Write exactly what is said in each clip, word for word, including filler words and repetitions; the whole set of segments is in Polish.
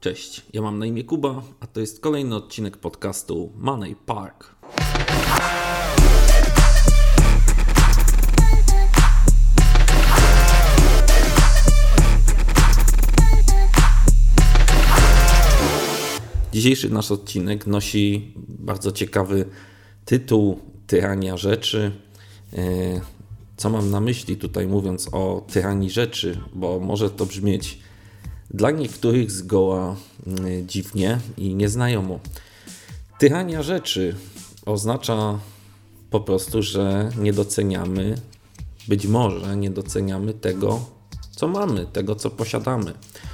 Cześć, ja mam na imię Kuba, a to jest kolejny odcinek podcastu Money Park. Dzisiejszy nasz odcinek nosi bardzo ciekawy tytuł Tyrania rzeczy. Co mam na myśli tutaj mówiąc o tyranii rzeczy, bo może to brzmieć dla niektórych zgoła dziwnie i nieznajomo. Tyrania rzeczy oznacza po prostu, że nie doceniamy, być może nie doceniamy tego, co mamy, tego, co posiadamy.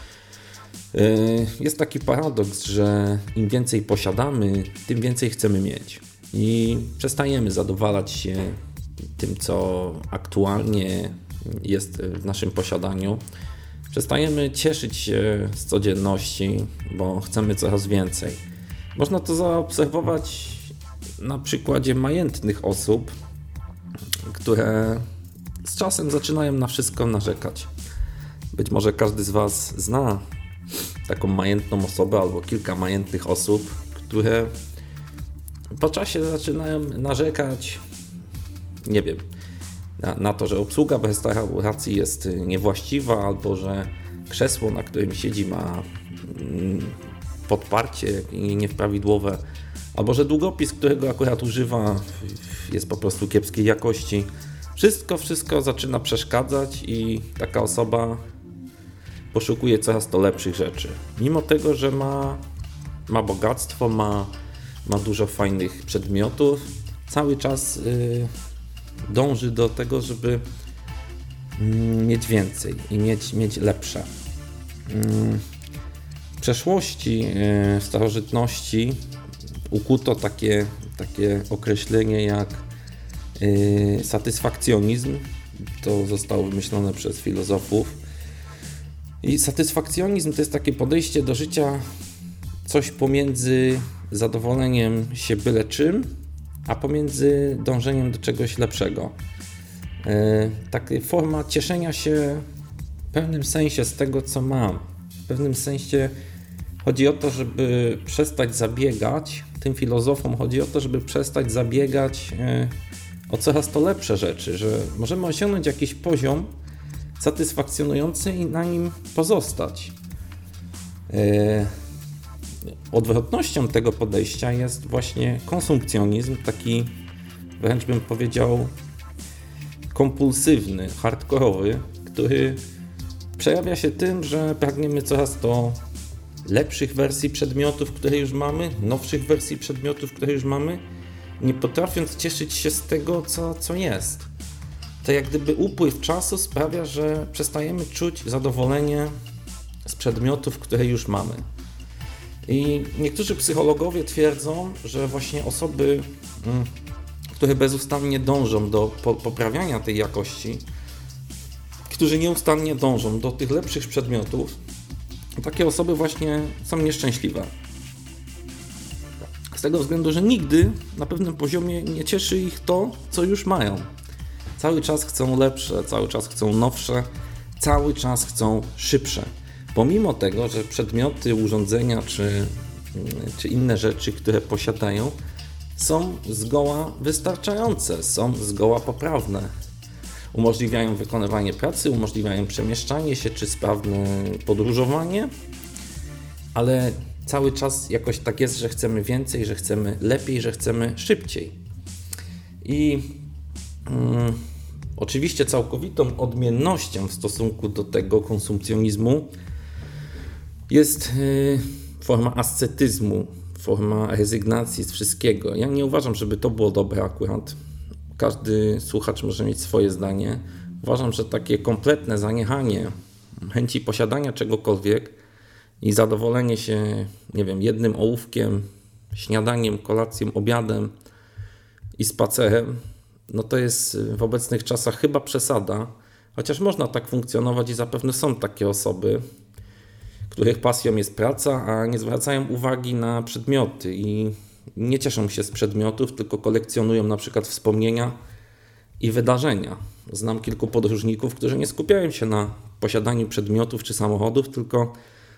Jest taki paradoks, że im więcej posiadamy, tym więcej chcemy mieć. I przestajemy zadowalać się tym, co aktualnie jest w naszym posiadaniu. Przestajemy cieszyć się z codzienności, bo chcemy coraz więcej. Można to zaobserwować na przykładzie majętnych osób, które z czasem zaczynają na wszystko narzekać. Być może każdy z Was zna taką majętną osobę albo kilka majętnych osób, które po czasie zaczynają narzekać, nie wiem, na, na to, że obsługa w restauracji jest niewłaściwa, albo że krzesło, na którym siedzi, ma podparcie nieprawidłowe, albo że długopis, którego akurat używa, jest po prostu kiepskiej jakości. Wszystko, wszystko zaczyna przeszkadzać i taka osoba poszukuje coraz to lepszych rzeczy. Mimo tego, że ma, ma bogactwo, ma, ma dużo fajnych przedmiotów, cały czas yy, dąży do tego, żeby mieć więcej i mieć, mieć lepsze. W przeszłości, w starożytności ukuto takie, takie określenie jak satysfakcjonizm. To zostało wymyślone przez filozofów. I satysfakcjonizm to jest takie podejście do życia, coś pomiędzy zadowoleniem się byle czym, a pomiędzy dążeniem do czegoś lepszego. Taka forma cieszenia się w pewnym sensie z tego, co mam. W pewnym sensie chodzi o to, żeby przestać zabiegać, tym filozofom chodzi o to, żeby przestać zabiegać o coraz to lepsze rzeczy, że możemy osiągnąć jakiś poziom satysfakcjonujący i na nim pozostać. Odwrotnością tego podejścia jest właśnie konsumpcjonizm, taki wręcz bym powiedział kompulsywny, hardkorowy, który przejawia się tym, że pragniemy coraz to lepszych wersji przedmiotów, które już mamy, nowszych wersji przedmiotów, które już mamy, nie potrafiąc cieszyć się z tego, co, co jest. To jak gdyby upływ czasu sprawia, że przestajemy czuć zadowolenie z przedmiotów, które już mamy. I niektórzy psychologowie twierdzą, że właśnie osoby, które bezustannie dążą do poprawiania tej jakości, którzy nieustannie dążą do tych lepszych przedmiotów, takie osoby właśnie są nieszczęśliwe. Z tego względu, że nigdy na pewnym poziomie nie cieszy ich to, co już mają. Cały czas chcą lepsze, cały czas chcą nowsze, cały czas chcą szybsze. Pomimo tego, że przedmioty, urządzenia czy, czy inne rzeczy, które posiadają, są zgoła wystarczające, są zgoła poprawne. Umożliwiają wykonywanie pracy, umożliwiają przemieszczanie się czy sprawne podróżowanie, ale cały czas jakoś tak jest, że chcemy więcej, że chcemy lepiej, że chcemy szybciej. I mm, oczywiście całkowitą odmiennością w stosunku do tego konsumpcjonizmu jest y, forma ascetyzmu, forma rezygnacji z wszystkiego. Ja nie uważam, żeby to było dobre akurat. Każdy słuchacz może mieć swoje zdanie. Uważam, że takie kompletne zaniechanie chęci posiadania czegokolwiek i zadowolenie się, nie wiem, jednym ołówkiem, śniadaniem, kolacją, obiadem i spacerem, no to jest w obecnych czasach chyba przesada. Chociaż można tak funkcjonować i zapewne są takie osoby, których pasją jest praca, a nie zwracają uwagi na przedmioty i nie cieszą się z przedmiotów, tylko kolekcjonują na przykład wspomnienia i wydarzenia. Znam kilku podróżników, którzy nie skupiają się na posiadaniu przedmiotów czy samochodów, tylko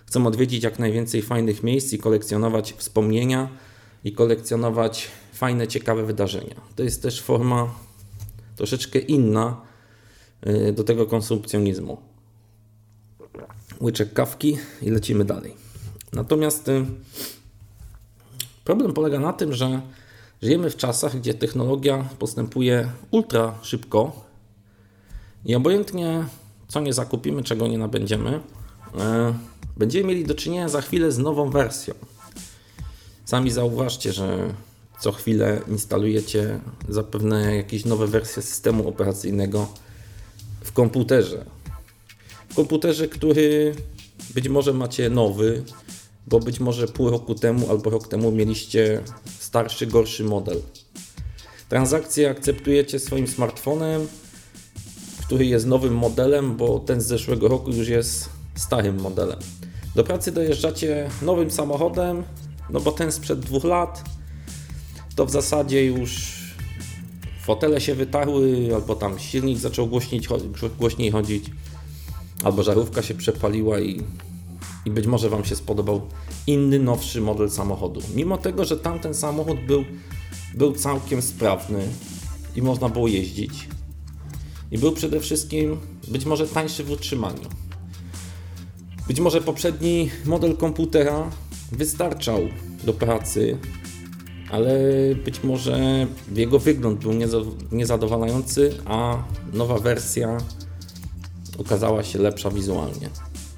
chcą odwiedzić jak najwięcej fajnych miejsc i kolekcjonować wspomnienia i kolekcjonować fajne, ciekawe wydarzenia. To jest też forma troszeczkę inna do tego konsumpcjonizmu. Łyczek kawki i lecimy dalej. Natomiast problem polega na tym, że żyjemy w czasach, gdzie technologia postępuje ultra szybko i obojętnie co nie zakupimy, czego nie nabędziemy, będziemy mieli do czynienia za chwilę z nową wersją. Sami zauważcie, że co chwilę instalujecie zapewne jakieś nowe wersje systemu operacyjnego w komputerze. W komputerze, który być może macie nowy, bo być może pół roku temu albo rok temu mieliście starszy, gorszy model. Transakcje akceptujecie swoim smartfonem, który jest nowym modelem, bo ten z zeszłego roku już jest starym modelem. Do pracy dojeżdżacie nowym samochodem, no bo ten sprzed dwóch lat to w zasadzie już fotele się wytarły, albo tam silnik zaczął głośniej, głośniej chodzić, albo żarówka się przepaliła i, i być może Wam się spodobał inny, nowszy model samochodu. Mimo tego, że tamten samochód był, był całkiem sprawny i można było jeździć. I był przede wszystkim być może tańszy w utrzymaniu. Być może poprzedni model komputera wystarczał do pracy, ale być może jego wygląd był niezadowalający, a nowa wersja okazała się lepsza wizualnie.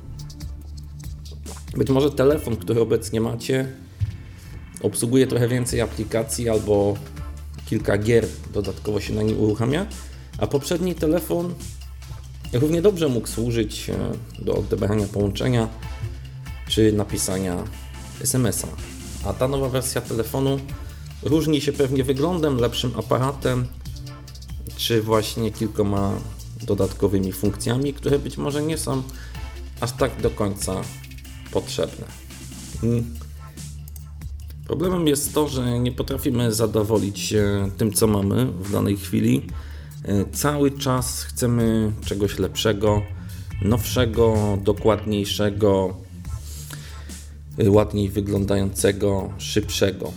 Być może telefon, który obecnie macie, obsługuje trochę więcej aplikacji albo kilka gier dodatkowo się na nim uruchamia, a poprzedni telefon równie dobrze mógł służyć do odebrania połączenia czy napisania es em es a. A ta nowa wersja telefonu różni się pewnie wyglądem, lepszym aparatem, czy właśnie kilkoma dodatkowymi funkcjami, które być może nie są aż tak do końca potrzebne. Problemem jest to, że nie potrafimy zadowolić się tym, co mamy w danej chwili. Cały czas chcemy czegoś lepszego, nowszego, dokładniejszego, ładniej wyglądającego, szybszego.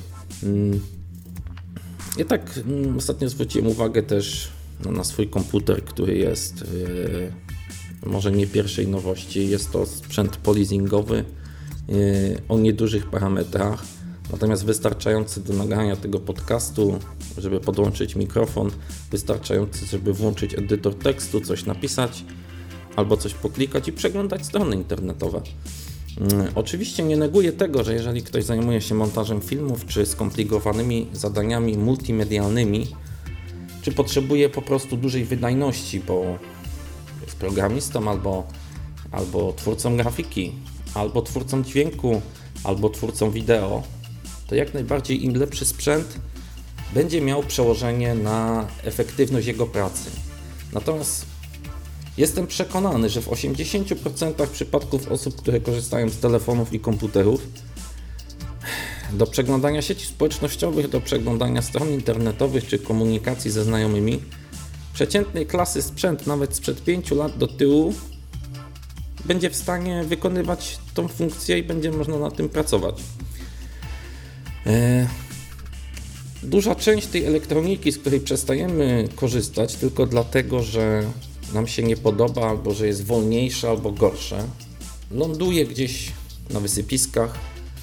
Ja tak ostatnio zwróciłem uwagę też na swój komputer, który jest może nie pierwszej nowości. Jest to sprzęt polizingowy o niedużych parametrach, natomiast wystarczający do nagrania tego podcastu, żeby podłączyć mikrofon, wystarczający, żeby włączyć edytor tekstu, coś napisać albo coś poklikać i przeglądać strony internetowe. Oczywiście nie neguję tego, że jeżeli ktoś zajmuje się montażem filmów czy skomplikowanymi zadaniami multimedialnymi, czy potrzebuje po prostu dużej wydajności, bo jest programistą albo, albo twórcą grafiki, albo twórcą dźwięku, albo twórcą wideo, to jak najbardziej im lepszy sprzęt będzie miał przełożenie na efektywność jego pracy. Natomiast jestem przekonany, że w osiemdziesięciu procentach przypadków osób, które korzystają z telefonów i komputerów, do przeglądania sieci społecznościowych, do przeglądania stron internetowych czy komunikacji ze znajomymi, przeciętnej klasy sprzęt nawet sprzed pięciu lat do tyłu będzie w stanie wykonywać tą funkcję i będzie można na tym pracować. Eee, duża część tej elektroniki, z której przestajemy korzystać tylko dlatego, że nam się nie podoba, albo że jest wolniejsze, albo gorsze, ląduje gdzieś na wysypiskach.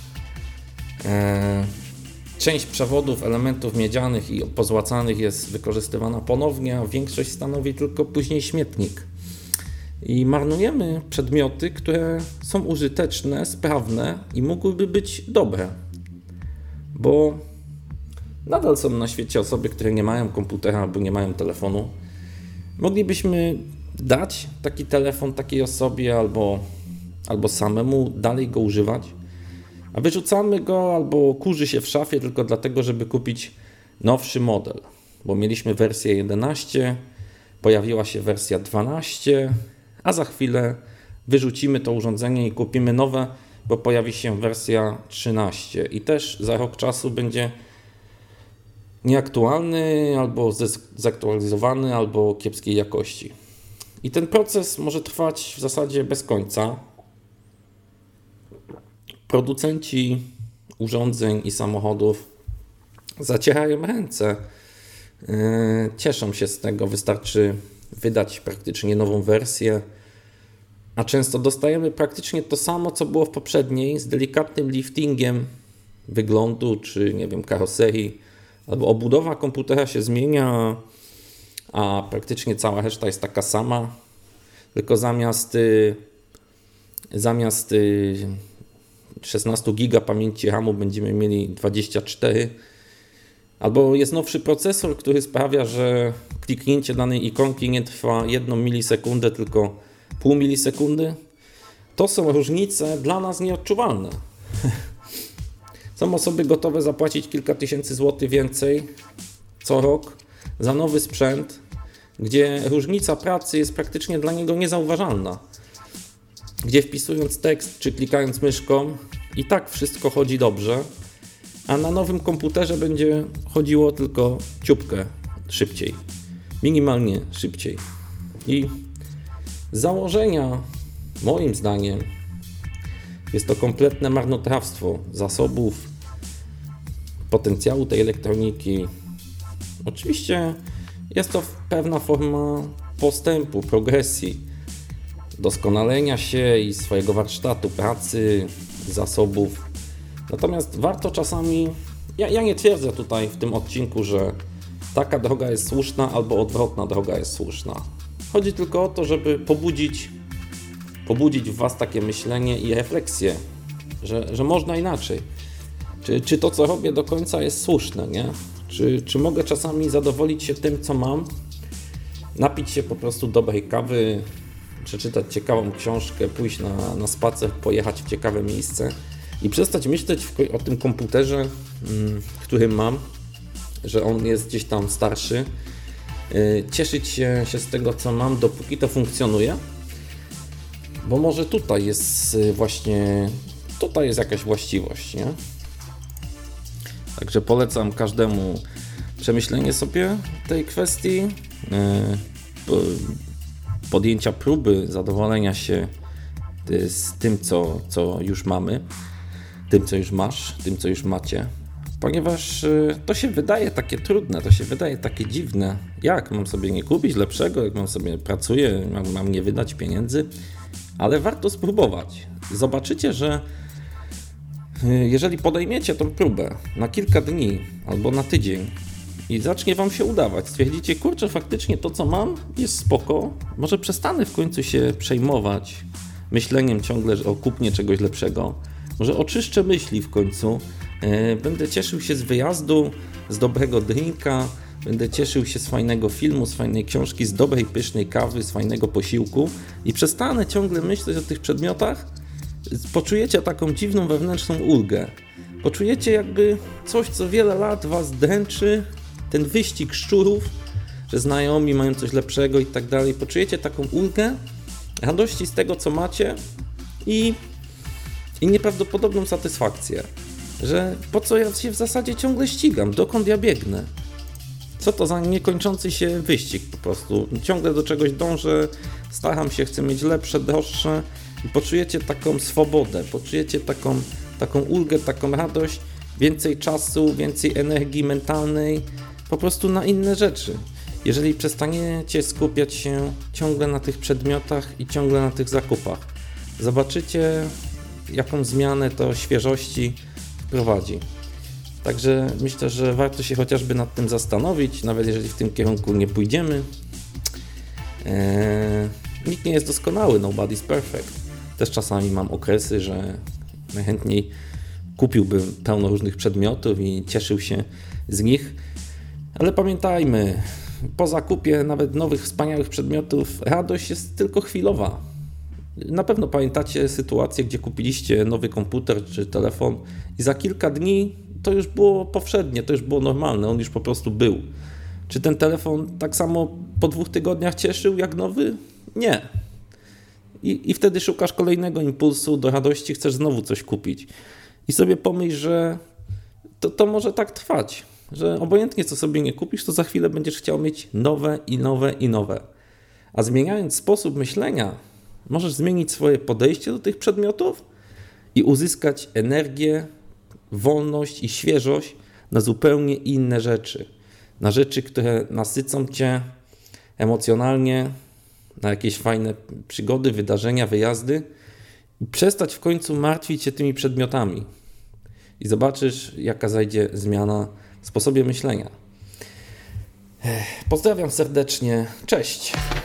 Eee, część przewodów, elementów miedzianych i pozłacanych jest wykorzystywana ponownie, a większość stanowi tylko później śmietnik. I marnujemy przedmioty, które są użyteczne, sprawne i mogłyby być dobre. Bo nadal są na świecie osoby, które nie mają komputera albo nie mają telefonu. Moglibyśmy dać taki telefon takiej osobie albo, albo samemu dalej go używać, a wyrzucamy go albo kurzy się w szafie tylko dlatego, żeby kupić nowszy model. Bo mieliśmy wersję jedenaście, pojawiła się wersja dwanaście, a za chwilę wyrzucimy to urządzenie i kupimy nowe, bo pojawi się wersja trzynaście i też za rok czasu będzie nieaktualny, albo zaktualizowany, albo kiepskiej jakości. I ten proces może trwać w zasadzie bez końca. producenci urządzeń i samochodów zacierają ręce. Cieszą się z tego, wystarczy wydać praktycznie nową wersję, a często dostajemy praktycznie to samo, co było w poprzedniej, z delikatnym liftingiem wyglądu, czy nie wiem, karoserii, albo obudowa komputera się zmienia, a praktycznie cała reszta jest taka sama, tylko zamiast zamiast szesnaście giga pamięci ramu będziemy mieli dwadzieścia cztery. Albo jest nowszy procesor, który sprawia, że kliknięcie danej ikonki nie trwa jedną milisekundę, tylko pół milisekundy. To są różnice dla nas nieodczuwalne. Są osoby gotowe zapłacić kilka tysięcy złotych więcej co rok za nowy sprzęt, gdzie różnica pracy jest praktycznie dla niego niezauważalna. Gdzie wpisując tekst czy klikając myszką i tak wszystko chodzi dobrze, a na nowym komputerze będzie chodziło tylko ciupkę szybciej, minimalnie szybciej. I z założenia, moim zdaniem, jest to kompletne marnotrawstwo zasobów, potencjału tej elektroniki. Oczywiście jest to pewna forma postępu, progresji, doskonalenia się i swojego warsztatu, pracy, zasobów. Natomiast warto czasami, ja, ja nie twierdzę tutaj w tym odcinku, że taka droga jest słuszna albo odwrotna droga jest słuszna. Chodzi tylko o to, żeby pobudzić, pobudzić w Was takie myślenie i refleksję, że, że można inaczej. Czy, czy to, co robię do końca jest słuszne, nie? Czy, czy mogę czasami zadowolić się tym, co mam, napić się po prostu dobrej kawy, przeczytać ciekawą książkę, pójść na, na spacer, pojechać w ciekawe miejsce i przestać myśleć o tym komputerze, który mam, że on jest gdzieś tam starszy, cieszyć się, się z tego, co mam, dopóki to funkcjonuje, bo może tutaj jest właśnie, tutaj jest jakaś właściwość, nie? Także polecam każdemu przemyślenie sobie tej kwestii, podjęcia próby zadowolenia się z tym, co, co już mamy, tym, co już masz, tym, co już macie, ponieważ to się wydaje takie trudne, to się wydaje takie dziwne. Jak mam sobie nie kupić lepszego, jak mam sobie pracuję, mam, mam nie wydać pieniędzy, ale warto spróbować. Zobaczycie, że jeżeli podejmiecie tą próbę na kilka dni albo na tydzień i zacznie Wam się udawać, stwierdzicie, kurczę, faktycznie to, co mam, jest spoko, może przestanę w końcu się przejmować myśleniem ciągle o kupnie czegoś lepszego, może oczyszczę myśli w końcu, yy, będę cieszył się z wyjazdu, z dobrego drinka, będę cieszył się z fajnego filmu, z fajnej książki, z dobrej, pysznej kawy, z fajnego posiłku i przestanę ciągle myśleć o tych przedmiotach. Poczujecie taką dziwną wewnętrzną ulgę. Poczujecie jakby coś, co wiele lat Was dręczy, ten wyścig szczurów, że znajomi mają coś lepszego i tak dalej. Poczujecie taką ulgę, radości z tego, co macie i, i nieprawdopodobną satysfakcję, że po co ja się w zasadzie ciągle ścigam, dokąd ja biegnę. Co to za niekończący się wyścig po prostu. Ciągle do czegoś dążę, staram się, chcę mieć lepsze, droższe i poczujecie taką swobodę, poczujecie taką, taką ulgę, taką radość, więcej czasu, więcej energii mentalnej, po prostu na inne rzeczy. Jeżeli przestaniecie skupiać się ciągle na tych przedmiotach i ciągle na tych zakupach, zobaczycie, jaką zmianę to świeżości wprowadzi. Także myślę, że warto się chociażby nad tym zastanowić, nawet jeżeli w tym kierunku nie pójdziemy. Eee, nikt nie jest doskonały, nobody's perfect. Też czasami mam okresy, że najchętniej kupiłbym pełno różnych przedmiotów i cieszył się z nich. Ale pamiętajmy, po zakupie nawet nowych, wspaniałych przedmiotów radość jest tylko chwilowa. Na pewno pamiętacie sytuację, gdzie kupiliście nowy komputer czy telefon i za kilka dni to już było powszednie, to już było normalne, on już po prostu był. Czy ten telefon tak samo po dwóch tygodniach cieszył jak nowy? Nie. I, i wtedy szukasz kolejnego impulsu do radości, chcesz znowu coś kupić. I sobie pomyśl, że to, to może tak trwać, że obojętnie co sobie nie kupisz, to za chwilę będziesz chciał mieć nowe i nowe i nowe. A zmieniając sposób myślenia, możesz zmienić swoje podejście do tych przedmiotów i uzyskać energię, wolność i świeżość na zupełnie inne rzeczy. Na rzeczy, które nasycą Cię emocjonalnie, na jakieś fajne przygody, wydarzenia, wyjazdy i przestać w końcu martwić się tymi przedmiotami. I zobaczysz, jaka zajdzie zmiana w sposobie myślenia. Pozdrawiam serdecznie. Cześć!